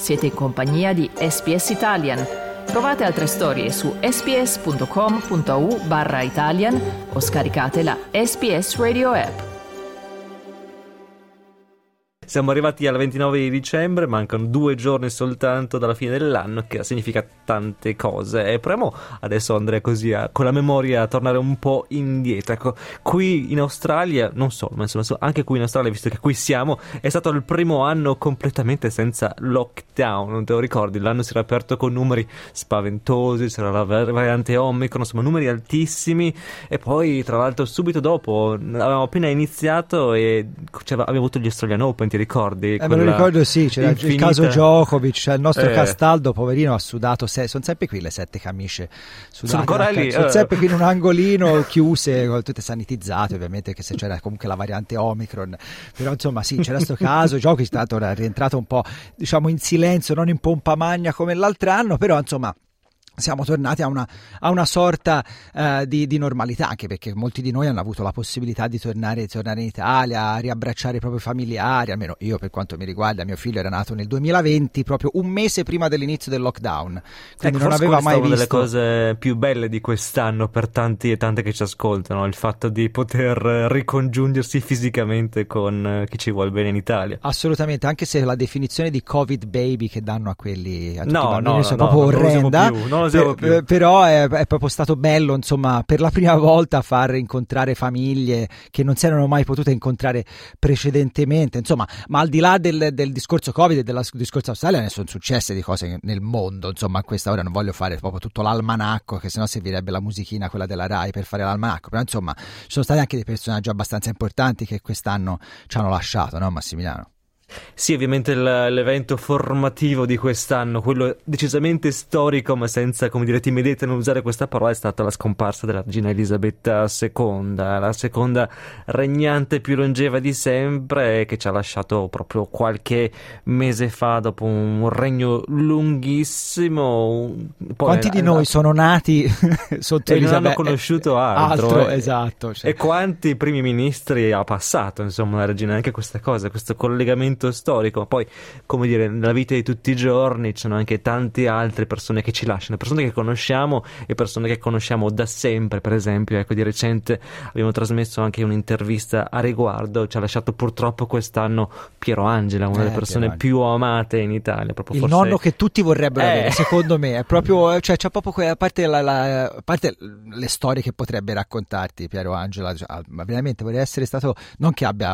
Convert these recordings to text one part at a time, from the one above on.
Siete in compagnia di SPS Italian. Trovate altre storie su sps.com.au/Italian o scaricate la SPS Radio app. Siamo arrivati al 29 di dicembre, mancano 2 giorni soltanto dalla fine dell'anno, che significa tante cose. E proviamo adesso, Andrea, così con la memoria a tornare un po' indietro. Ecco, qui in Australia, non solo, ma insomma anche qui in Australia, visto che qui siamo, è stato il primo anno completamente senza lockdown, non te lo ricordi? L'anno si era aperto con numeri spaventosi, c'era la variante Omicron, insomma numeri altissimi, e poi tra l'altro subito dopo avevamo appena iniziato e abbiamo avuto gli Australian Open, ti ricordi? Me lo ricordo, sì, c'era il caso Djokovic, cioè il nostro Castaldo, poverino, ha sudato, sono sempre qui le 7 camicie sudate, sono ancora lì, sono sempre qui in un angolino chiuse, tutte sanitizzate ovviamente, che se c'era comunque la variante Omicron, però insomma sì, c'era sto caso. Djokovic tanto era rientrato un po', diciamo, in silenzio, non in pompa magna come l'altro anno, però insomma siamo tornati a una sorta di normalità, anche perché molti di noi hanno avuto la possibilità di tornare in Italia, a riabbracciare i propri familiari. Almeno io, per quanto mi riguarda, mio figlio era nato nel 2020, proprio un mese prima dell'inizio del lockdown, quindi non aveva mai visto. Una delle cose più belle di quest'anno per tanti e tante che ci ascoltano, il fatto di poter ricongiungersi fisicamente con chi ci vuole bene in Italia. Assolutamente, anche se la definizione di Covid baby che danno a quelli, a tutti i bambini, è proprio orrenda. Però è proprio stato bello, insomma, per la prima volta far incontrare famiglie che non si erano mai potute incontrare precedentemente, insomma. Ma al di là del discorso Covid e del discorso Australia, ne sono successe di cose nel mondo, insomma. A questa ora non voglio fare proprio tutto l'almanacco, che sennò servirebbe la musichina, quella della Rai, per fare l'almanacco, però insomma ci sono stati anche dei personaggi abbastanza importanti che quest'anno ci hanno lasciato, no, Massimiliano? Sì, ovviamente l'evento formativo di quest'anno, quello decisamente storico, ma senza, come dire, timidezza non usare questa parola, è stata la scomparsa della regina Elisabetta II, la seconda regnante più longeva di sempre, che ci ha lasciato proprio qualche mese fa, dopo un regno lunghissimo. Quanti di noi sono nati sotto Elisabetta? Non hanno conosciuto altro, esatto. Cioè. E quanti primi ministri ha passato, insomma, la regina, anche questa cosa, questo collegamento storico. Poi, come dire, nella vita di tutti i giorni ci sono anche tante altre persone che ci lasciano, persone che conosciamo e persone che conosciamo da sempre. Per esempio, ecco, di recente abbiamo trasmesso anche un'intervista a riguardo. Ci ha lasciato purtroppo quest'anno Piero Angela, una delle persone più amate in Italia, proprio il forse nonno che tutti vorrebbero avere, secondo me. È proprio, cioè c'è proprio a parte a parte le storie che potrebbe raccontarti Piero Angela, ma veramente vorrei essere stato, non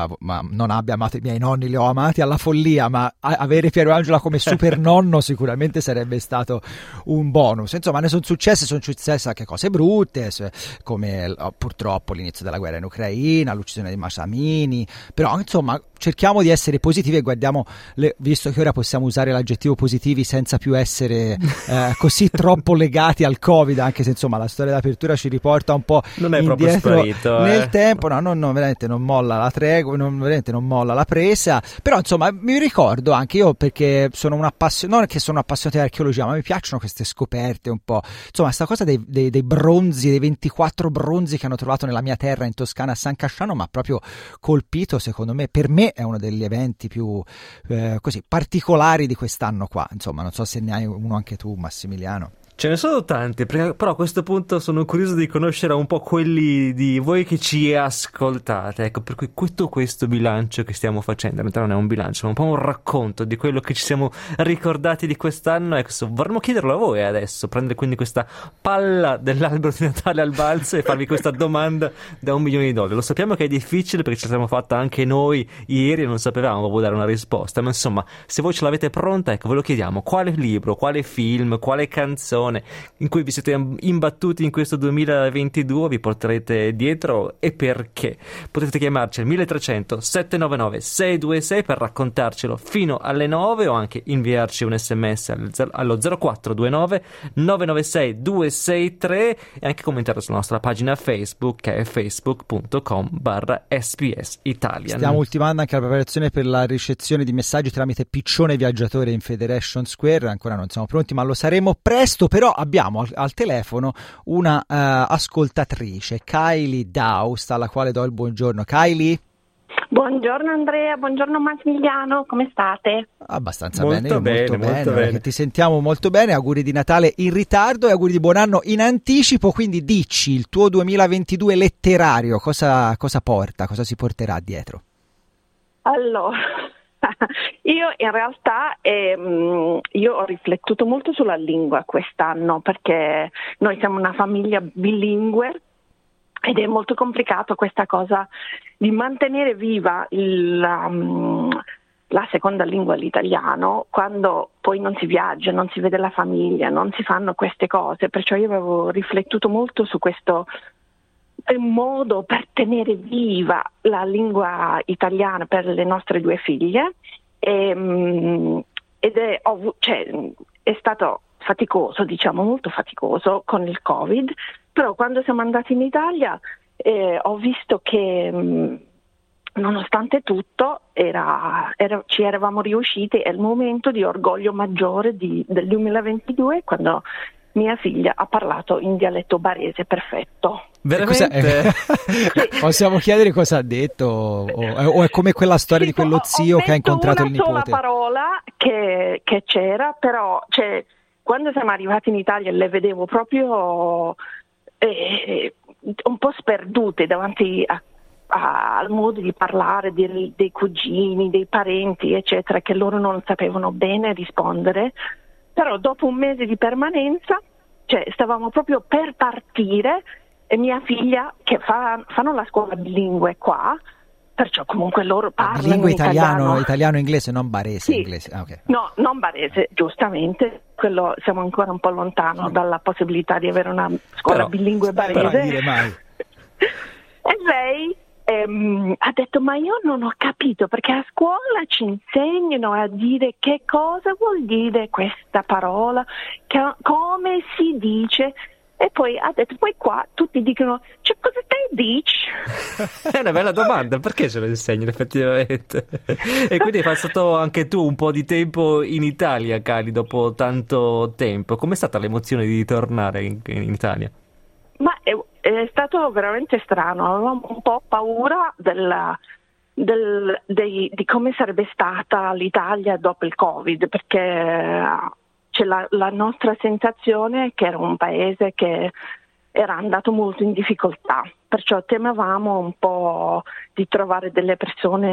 abbia amato i miei nonni, li ho amati alla follia, ma avere Piero Angela come super nonno sicuramente sarebbe stato un bonus. Insomma, ne sono successe anche cose brutte, come purtroppo l'inizio della guerra in Ucraina, l'uccisione di Mashamini, però insomma cerchiamo di essere positivi e guardiamo, visto che ora possiamo usare l'aggettivo positivi senza più essere così troppo legati al Covid, anche se insomma la storia d'apertura ci riporta un po' non è indietro proprio sparito, nel tempo. No, veramente non molla la tregua, veramente non molla la presa. Però insomma mi ricordo anche io, perché sono un appassionato, non che sono appassionato di archeologia, ma mi piacciono queste scoperte un po', insomma sta cosa dei bronzi, dei 24 bronzi che hanno trovato nella mia terra in Toscana a San Casciano, mi ha proprio colpito. Secondo me, per me è uno degli eventi più così particolari di quest'anno qua, insomma. Non so se ne hai uno anche tu, Massimiliano. Ce ne sono tanti, però a questo punto sono curioso di conoscere un po' quelli di voi che ci ascoltate. Ecco, per cui tutto questo bilancio che stiamo facendo, in realtà non è un bilancio, ma un po' un racconto di quello che ci siamo ricordati di quest'anno. Ecco, vorremmo chiederlo a voi adesso, prendere quindi questa palla dell'albero di Natale al balzo e farvi questa domanda da $1.000.000. Lo sappiamo che è difficile, perché ce l'abbiamo fatta anche noi ieri e non sapevamo proprio dare una risposta, ma insomma, se voi ce l'avete pronta, ecco, ve lo chiediamo: quale libro, quale film, quale canzone in cui vi siete imbattuti in questo 2022 vi porterete dietro e perché? Potete chiamarci al 1300 799 626 per raccontarcelo fino alle 9, o anche inviarci un sms allo 0429 996 263 e anche commentare sulla nostra pagina Facebook, che è facebook.com/SPS Italian. Stiamo ultimando anche la preparazione per la ricezione di messaggi tramite Piccione Viaggiatore in Federation Square. Ancora non siamo pronti, ma lo saremo presto. Però abbiamo al telefono una ascoltatrice, Kylie Daust, alla quale do il buongiorno. Kylie? Buongiorno Andrea, buongiorno Massimiliano, come state? Abbastanza Molto bene, bene, molto bene. Ti sentiamo molto bene, auguri di Natale in ritardo e auguri di buon anno in anticipo, quindi dici il tuo 2022 letterario, cosa porta, cosa si porterà dietro? Allora, io in realtà io ho riflettuto molto sulla lingua quest'anno perché noi siamo una famiglia bilingue ed è molto complicato questa cosa di mantenere viva la seconda lingua, l'italiano, quando poi non si viaggia, non si vede la famiglia, non si fanno queste cose. Perciò io avevo riflettuto molto su questo modo per tenere viva la lingua italiana per le nostre due figlie ed è stato faticoso, diciamo molto faticoso con il Covid, però quando siamo andati in Italia ho visto che nonostante tutto ci eravamo riusciti. È il momento di orgoglio maggiore del 2022 quando mia figlia ha parlato in dialetto barese perfetto. Veramente? Possiamo chiedere cosa ha detto? O è come quella storia di quello zio che ha incontrato il nipote? Ho detto una sola parola che c'era, però quando siamo arrivati in Italia le vedevo proprio un po' sperdute davanti al modo di parlare dei cugini, dei parenti, eccetera, che loro non sapevano bene rispondere. Però dopo un mese di permanenza, stavamo proprio per partire e mia figlia, che fanno la scuola bilingue qua, perciò comunque loro parlano bilingue italiano. italiano-inglese, non barese sì. inglese. Ah, okay. No, non barese, giustamente. Quello siamo ancora un po' lontano dalla possibilità di avere una scuola bilingue barese. Però dire mai. E lei ha detto: ma io non ho capito, perché a scuola ci insegnano a dire che cosa vuol dire questa parola, come si dice. E poi ha detto: poi qua tutti dicono: cosa te dici? È una bella domanda, perché ce lo insegnano effettivamente? E quindi hai passato anche tu un po' di tempo in Italia, Cali, dopo tanto tempo. Com'è stata l'emozione di tornare in Italia? Ma è stato veramente strano, avevamo un po' paura di come sarebbe stata l'Italia dopo il Covid, perché c'è la nostra sensazione che era un paese che era andato molto in difficoltà, perciò temevamo un po' di trovare delle persone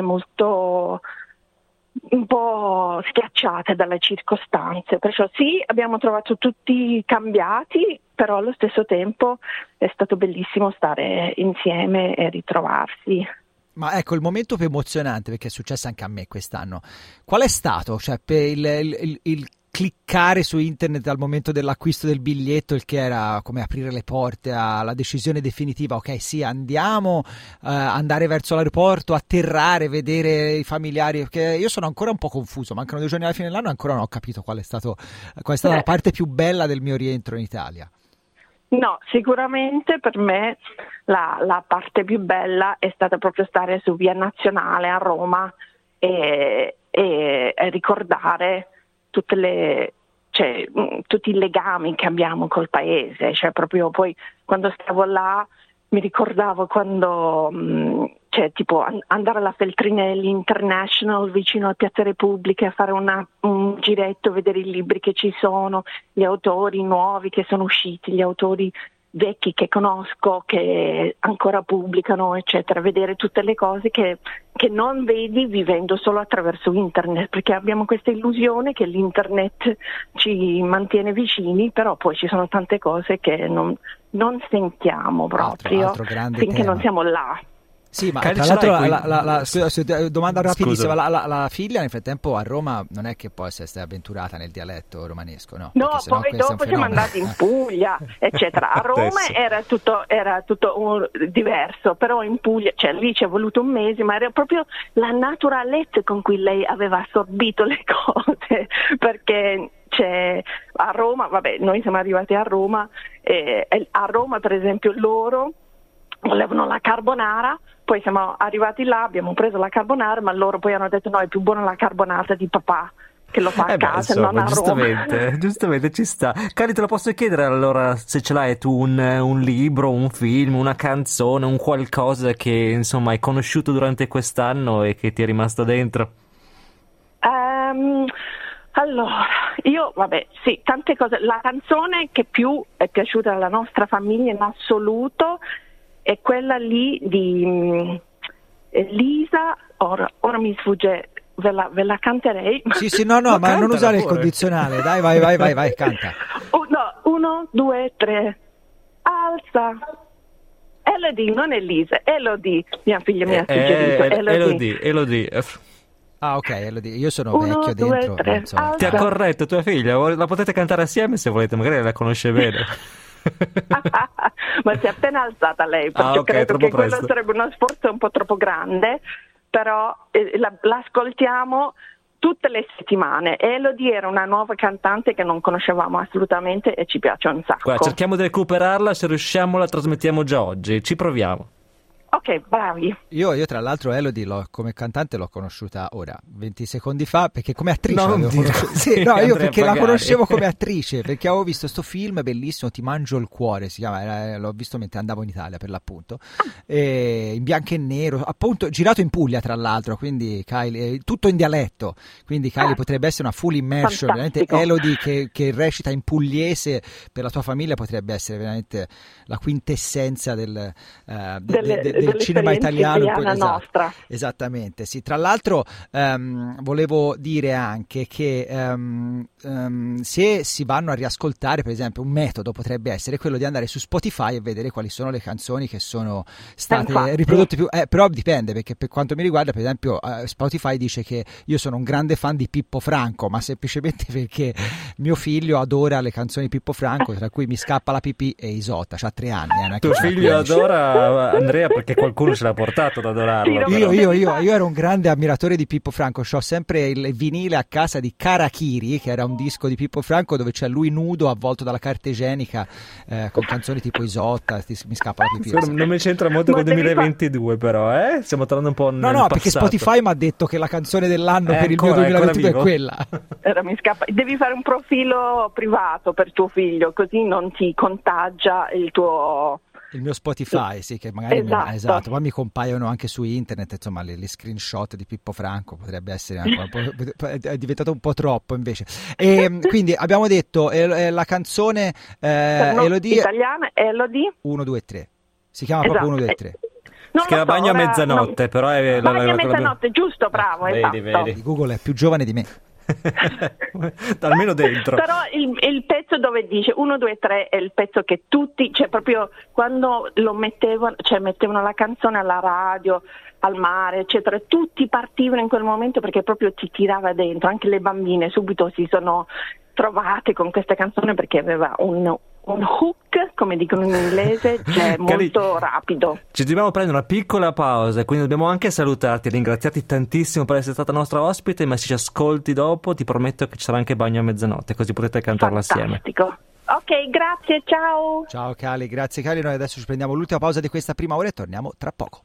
un po' schiacciate dalle circostanze. Perciò sì, abbiamo trovato tutti cambiati, però allo stesso tempo è stato bellissimo stare insieme e ritrovarsi. Ma ecco, il momento più emozionante, perché è successo anche a me quest'anno, qual è stato? Cioè, per il cliccare su internet al momento dell'acquisto del biglietto, il che era come aprire le porte alla decisione definitiva, ok sì, andare verso l'aeroporto, atterrare, vedere i familiari, perché io sono ancora un po' confuso, mancano 2 giorni alla fine dell'anno e ancora non ho capito qual è stata la parte più bella del mio rientro in Italia. No, sicuramente per me la parte più bella è stata proprio stare su Via Nazionale a Roma e ricordare tutti i legami che abbiamo col paese. Proprio poi quando stavo là mi ricordavo quando tipo andare alla Feltrinelli International vicino a Piazza Repubblica a fare un giretto, vedere i libri che ci sono, gli autori nuovi che sono usciti, gli autori vecchi che conosco, che ancora pubblicano, eccetera, vedere tutte le cose che non vedi vivendo solo attraverso internet, perché abbiamo questa illusione che l'internet ci mantiene vicini, però poi ci sono tante cose che non sentiamo proprio altro grande finché tema. Non siamo là. Sì, ma Cali, tra l'altro domanda rapidissima, Scusa. la figlia nel frattempo a Roma non è che poi si è avventurata nel dialetto romanesco, no? No, poi dopo siamo andati in Puglia, eccetera. A Roma era tutto diverso, però in Puglia, lì ci è voluto un mese, ma era proprio la naturalezza con cui lei aveva assorbito le cose, perché a Roma, noi siamo arrivati a Roma, a Roma per esempio loro volevano la carbonara, poi siamo arrivati là, abbiamo preso la carbonara, ma loro poi hanno detto no, è più buona la carbonata di papà. che lo fa a casa, non a Roma. Giustamente ci sta. Cali, te lo posso chiedere allora, se ce l'hai tu un libro, un film, una canzone, un qualcosa che insomma hai conosciuto durante quest'anno e che ti è rimasto dentro? Allora, io, sì, tante cose. La canzone che più è piaciuta alla nostra famiglia in assoluto è quella lì di Elisa, ora mi sfugge, ve la canterei. Sì, no, ma non usare il condizionale, dai, vai, canta. Uno, due, tre, alza. Elodie, non Elisa, Elodie, mia figlia mi ha suggerito. Elodie. Ah, ok, Elodie, io sono vecchio dentro. 2, 3, Ti ha corretto tua figlia, la potete cantare assieme se volete, magari la conosce bene. Ma si è appena alzata lei, perché credo che quello sarebbe uno sforzo un po' troppo grande, però l'ascoltiamo tutte le settimane. Elodie era una nuova cantante che non conoscevamo assolutamente e ci piace un sacco. Guarda, cerchiamo di recuperarla, se riusciamo la trasmettiamo già oggi, ci proviamo. Ok, bravi. Io tra l'altro Elodie come cantante l'ho conosciuta ora, 20 secondi fa, perché come attrice io perché la conoscevo come attrice, perché avevo visto sto film bellissimo, Ti mangio il cuore, si chiama, l'ho visto mentre andavo in Italia per l'appunto, in bianco e nero, appunto girato in Puglia tra l'altro, quindi Kylie, tutto in dialetto, quindi Kylie potrebbe essere una full immersion, veramente Elodie che recita in pugliese per la tua famiglia potrebbe essere veramente la quintessenza del cinema italiano nostra. Esattamente, sì. Tra l'altro volevo dire anche che se si vanno a riascoltare, per esempio, un metodo potrebbe essere quello di andare su Spotify e vedere quali sono le canzoni che sono state riprodotte più, però dipende, perché per quanto mi riguarda, per esempio, Spotify dice che io sono un grande fan di Pippo Franco, ma semplicemente perché mio figlio adora le canzoni di Pippo Franco, tra cui Mi scappa la pipì e Isotta, c'ha 3 anni. Tuo figlio adora Andrea perché qualcuno ce l'ha portato ad adorarlo. Io ero un grande ammiratore di Pippo Franco, ho sempre il vinile a casa di Karakiri, che era un disco di Pippo Franco dove c'è lui nudo avvolto dalla carta igienica con canzoni tipo Isotta, Mi scappa la pipì. Non mi c'entra molto con il 2022 però, stiamo tornando un po' nel passato. Perché Spotify mi ha detto che la canzone dell'anno per il mio 2022 è quella. Mi scappa. Devi fare un profilo privato per tuo figlio, così non ti contagia il mio Spotify, sì, che magari esatto, poi mi compaiono anche su internet, insomma, le screenshot di Pippo Franco, potrebbe essere anche è diventato un po' troppo invece. E quindi abbiamo detto la canzone Elodie italiana, Elodie 1, 2, 3. Si chiama proprio 1, 2, 3. Si chiama Bagno a mezzanotte, però è Bagno a mezzanotte, giusto, bravo, vedi. Google è più giovane di me. Almeno dentro. Però il pezzo dove dice 1, 2, 3 è il pezzo che tutti, cioè proprio quando lo mettevano la canzone alla radio, al mare, eccetera, tutti partivano in quel momento perché proprio ti tirava dentro, anche le bambine subito si sono trovate con questa canzone perché aveva un hook, come dicono in inglese, cioè molto rapido. Ci dobbiamo prendere una piccola pausa, quindi dobbiamo anche salutarti e ringraziarti tantissimo per essere stata nostra ospite, ma se ci ascolti dopo ti prometto che ci sarà anche Bagno a mezzanotte, così potete cantarla assieme. Fantastico. Ok, grazie, ciao. Ciao Cali, grazie Cali, noi adesso ci prendiamo l'ultima pausa di questa prima ora e torniamo tra poco.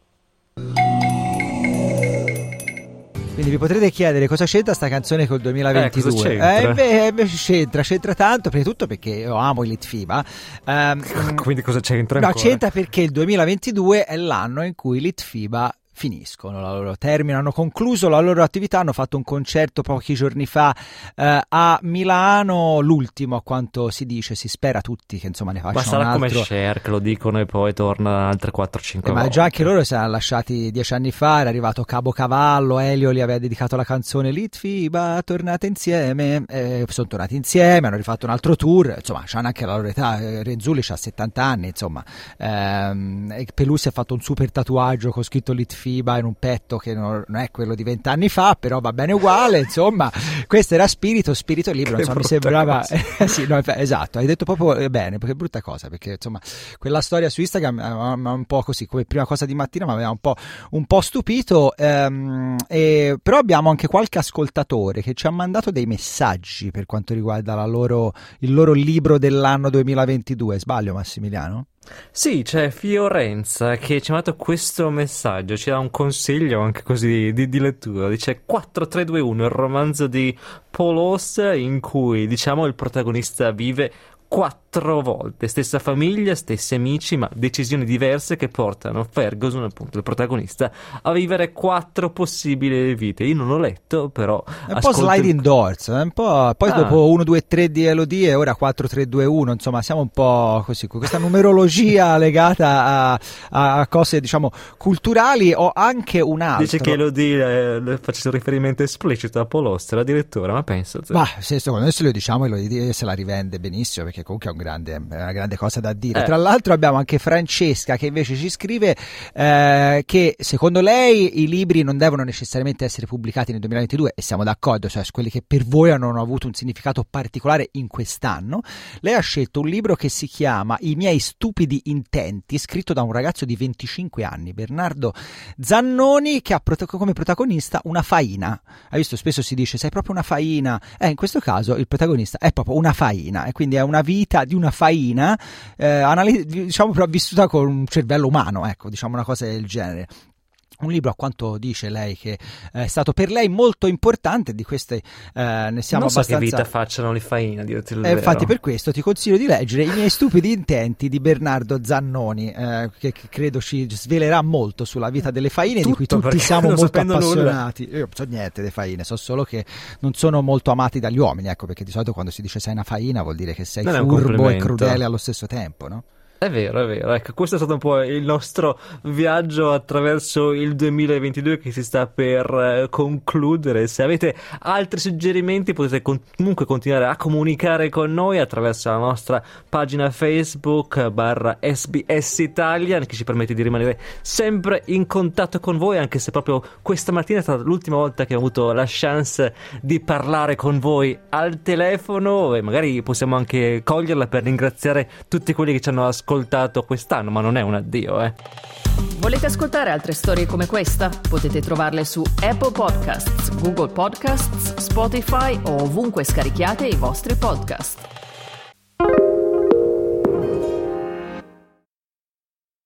Quindi vi potrete chiedere cosa c'entra sta canzone col 2022. Cosa c'entra? Invece c'entra tanto, prima di tutto perché io amo i Litfiba. Quindi cosa c'entra? No, c'entra perché il 2022 è l'anno in cui Litfiba finiscono la loro termine, hanno concluso la loro attività, hanno fatto un concerto pochi giorni fa a Milano, l'ultimo a quanto si dice, si spera tutti che insomma ne facciano un altro. Ma sarà come Cher che lo dicono e poi torna altre 4-5 volte. Ma già anche loro si erano lasciati 10 anni fa, era arrivato Cabo Cavallo, Elio gli aveva dedicato la canzone Litfiba, tornate insieme, sono tornati insieme, hanno rifatto un altro tour, insomma c'hanno anche la loro età, Renzulli ha 70 anni, insomma, Pelusi ha fatto un super tatuaggio con scritto Litfiba in un petto che non è quello di 20 anni fa, però va bene uguale, insomma, questo era spirito libero, insomma, mi sembrava sì, no, esatto, hai detto proprio bene, perché è brutta cosa, perché insomma quella storia su Instagram è un po' così, come prima cosa di mattina mi aveva un po' stupito, però abbiamo anche qualche ascoltatore che ci ha mandato dei messaggi per quanto riguarda il loro libro dell'anno 2022, sbaglio Massimiliano? Sì, c'è Fiorenza che ci ha mandato questo messaggio, ci dà un consiglio anche così di lettura. Dice 4321, il romanzo di Paul Auster in cui, diciamo, il protagonista vive 4 volte, stessa famiglia, stessi amici, ma decisioni diverse che portano Ferguson, appunto il protagonista, a vivere 4 possibili vite. Io non l'ho letto, però è un po' sliding doors, un po', poi dopo 1, 2, 3 di Elodie e ora 4, 3, 2, 1, insomma siamo un po' così, con questa numerologia legata a cose, diciamo, culturali. O anche un altro. Dice che Elodie faccia riferimento esplicito a Paul Auster addirittura, ma penso. Ma secondo noi se lo diciamo, Elodie se la rivende benissimo, perché comunque è una grande cosa da dire. Tra l'altro abbiamo anche Francesca che invece ci scrive che secondo lei i libri non devono necessariamente essere pubblicati nel 2022, e siamo d'accordo, cioè quelli che per voi hanno avuto un significato particolare in quest'anno. Lei ha scelto un libro che si chiama I miei stupidi intenti, scritto da un ragazzo di 25 anni, Bernardo Zannoni, che ha come protagonista una faina. Hai visto, spesso si dice sei proprio una faina, in questo caso il protagonista è proprio una faina, e quindi è una vita di una faina, diciamo, però vissuta con un cervello umano, ecco, diciamo una cosa del genere. Un libro, a quanto dice lei, che è stato per lei molto importante. Di queste ne siamo non so abbastanza. Che vita facciano le faine, a dirti il vero. Infatti per questo ti consiglio di leggere I miei stupidi intenti di Bernardo Zannoni, che credo ci svelerà molto sulla vita delle faine, di cui tutti siamo molto appassionati. Io non so niente delle faine, so solo che non sono molto amati dagli uomini, ecco, perché di solito quando si dice sei una faina vuol dire che sei furbo e crudele allo stesso tempo, no? È vero, ecco, questo è stato un po' il nostro viaggio attraverso il 2022 che si sta per concludere. Se avete altri suggerimenti potete comunque continuare a comunicare con noi attraverso la nostra pagina Facebook /SBS Italian, che ci permette di rimanere sempre in contatto con voi, anche se proprio questa mattina è stata l'ultima volta che ho avuto la chance di parlare con voi al telefono, e magari possiamo anche coglierla per ringraziare tutti quelli che ci hanno ascoltato quest'anno, ma non è un addio, Volete ascoltare altre storie come questa? Potete trovarle su Apple Podcasts, Google Podcasts, Spotify o ovunque scarichiate i vostri podcast.